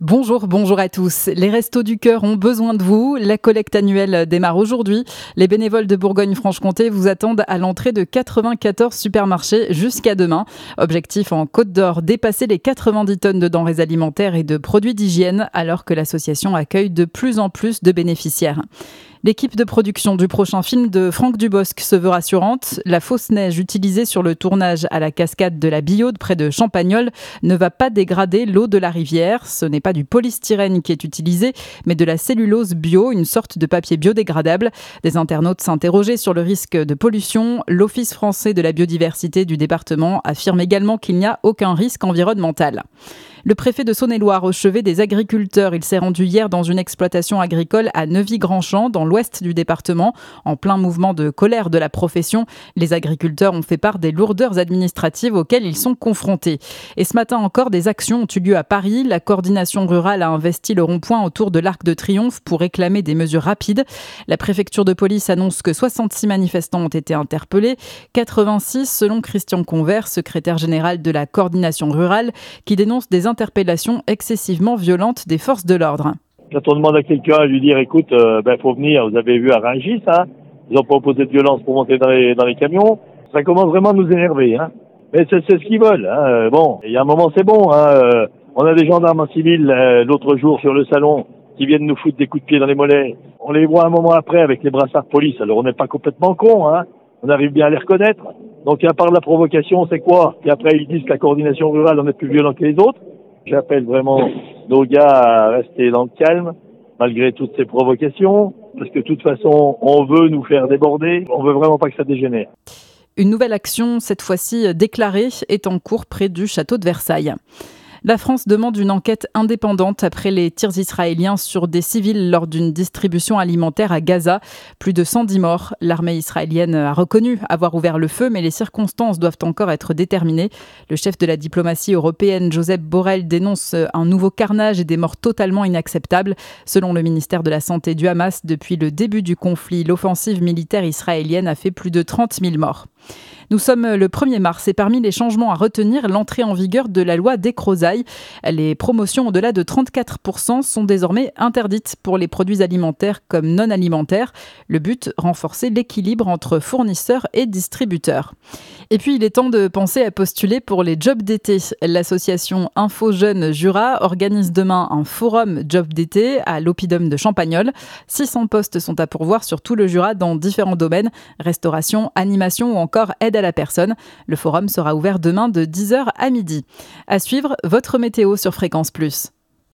Bonjour à tous. Les Restos du Cœur ont besoin de vous. La collecte annuelle démarre aujourd'hui. Les bénévoles de Bourgogne-Franche-Comté vous attendent à l'entrée de 94 supermarchés jusqu'à demain. Objectif en Côte d'Or, dépasser les 90 tonnes de denrées alimentaires et de produits d'hygiène alors que l'association accueille de plus en plus de bénéficiaires. L'équipe de production du prochain film de Franck Dubosc se veut rassurante. La fausse neige utilisée sur le tournage à la cascade de la Billaude près de Champagnole ne va pas dégrader l'eau de la rivière. Ce n'est pas du polystyrène qui est utilisé, mais de la cellulose bio, une sorte de papier biodégradable. Des internautes s'interrogeaient sur le risque de pollution. L'Office français de la biodiversité du département affirme également qu'il n'y a aucun risque environnemental. Le préfet de Saône-et-Loire au chevet des agriculteurs. Il s'est rendu hier dans une exploitation agricole à Neuvy-Grandchamp, dans l'ouest du département, en plein mouvement de colère de la profession. Les agriculteurs ont fait part des lourdeurs administratives auxquelles ils sont confrontés. Et ce matin encore, des actions ont eu lieu à Paris. La coordination rurale a investi le rond-point autour de l'Arc de Triomphe pour réclamer des mesures rapides. La préfecture de police annonce que 66 manifestants ont été interpellés, 86 selon Christian Convert, secrétaire général de la coordination rurale, qui dénonce des interpellations excessivement violentes des forces de l'ordre. Quand on demande à quelqu'un à lui dire, écoute, faut venir, vous avez vu à Rungis, ils ont proposé de violence pour monter dans les camions, ça commence vraiment à nous énerver, Mais c'est ce qu'ils veulent, Bon, il y a un moment, c'est bon, On a des gendarmes en civil, l'autre jour sur le salon, qui viennent nous foutre des coups de pied dans les mollets. On les voit un moment après avec les brassards de police, alors on n'est pas complètement cons, On arrive bien à les reconnaître. Donc, à part la provocation, c'est quoi? Puis après, ils disent que la coordination rurale en est plus violente que les autres. J'appelle vraiment nos gars à rester dans le calme, malgré toutes ces provocations, parce que de toute façon, on veut nous faire déborder, on veut vraiment pas que ça dégénère. Une nouvelle action, cette fois-ci déclarée, est en cours près du château de Versailles. La France demande une enquête indépendante après les tirs israéliens sur des civils lors d'une distribution alimentaire à Gaza. Plus de 110 morts. L'armée israélienne a reconnu avoir ouvert le feu, mais les circonstances doivent encore être déterminées. Le chef de la diplomatie européenne, Josep Borrell, dénonce un nouveau carnage et des morts totalement inacceptables. Selon le ministère de la Santé du Hamas, depuis le début du conflit, l'offensive militaire israélienne a fait plus de 30 000 morts. Nous sommes le 1er mars et parmi les changements à retenir, l'entrée en vigueur de la loi Descrozaille. Les promotions au-delà de 34% sont désormais interdites pour les produits alimentaires comme non alimentaires. Le but, renforcer l'équilibre entre fournisseurs et distributeurs. Et puis, il est temps de penser à postuler pour les jobs d'été. L'association Info Jeunes Jura organise demain un forum job d'été à l'Oppidum de Champagnole. 600 postes sont à pourvoir sur tout le Jura dans différents domaines, restauration, animation ou encore aide à la personne. Le forum sera ouvert demain de 10h à midi. À suivre, votre météo sur Fréquence Plus.